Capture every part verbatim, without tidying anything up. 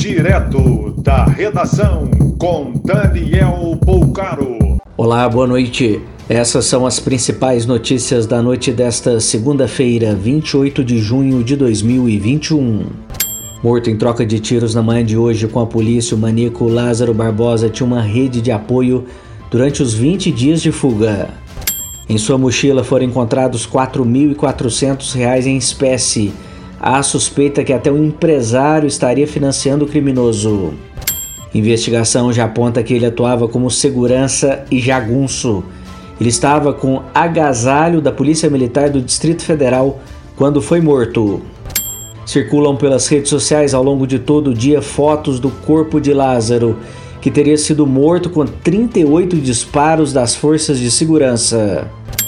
Direto da redação com Daniel Poucaro. Olá, boa noite. Essas são as principais notícias da noite desta segunda-feira, vinte e oito de junho de dois mil e vinte e um. Morto em troca de tiros na manhã de hoje com a polícia, o maníaco Lázaro Barbosa tinha uma rede de apoio durante os vinte dias de fuga. Em sua mochila foram encontrados quatro mil e quatrocentos reais em espécie. Há suspeita que até um empresário estaria financiando o criminoso. Investigação já aponta que ele atuava como segurança e jagunço. Ele estava com agasalho da Polícia Militar do Distrito Federal quando foi morto. Circulam pelas redes sociais ao longo de todo o dia fotos do corpo de Lázaro, que teria sido morto com trinta e oito disparos das forças de segurança.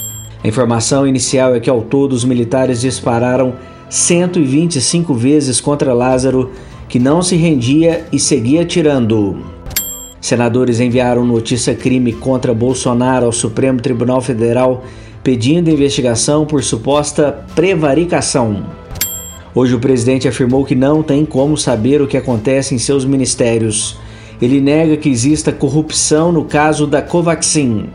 A informação inicial é que ao todo os militares dispararam cento e vinte e cinco vezes contra Lázaro, que não se rendia e seguia atirando. Senadores enviaram notícia-crime contra Bolsonaro ao Supremo Tribunal Federal, pedindo investigação por suposta prevaricação. Hoje o presidente afirmou que não tem como saber o que acontece em seus ministérios. Ele nega que exista corrupção no caso da Covaxin.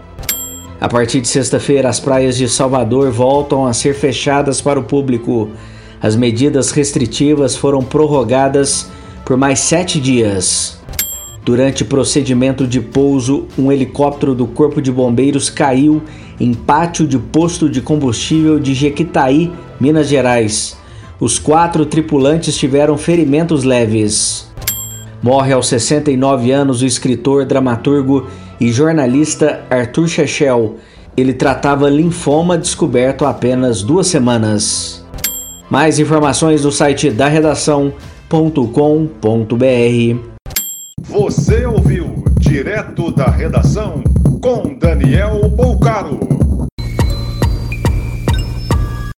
A partir de sexta-feira, as praias de Salvador voltam a ser fechadas para o público. As medidas restritivas foram prorrogadas por mais sete dias. Durante procedimento de pouso, um helicóptero do Corpo de Bombeiros caiu em pátio de posto de combustível de Jequitaí, Minas Gerais. Os quatro tripulantes tiveram ferimentos leves. Morre aos sessenta e nove anos o escritor, dramaturgo e jornalista Arthur Chechel. Ele tratava linfoma descoberto há apenas duas semanas. Mais informações no site da redação ponto com ponto br. Você ouviu Direto da Redação com Daniel Poucaro.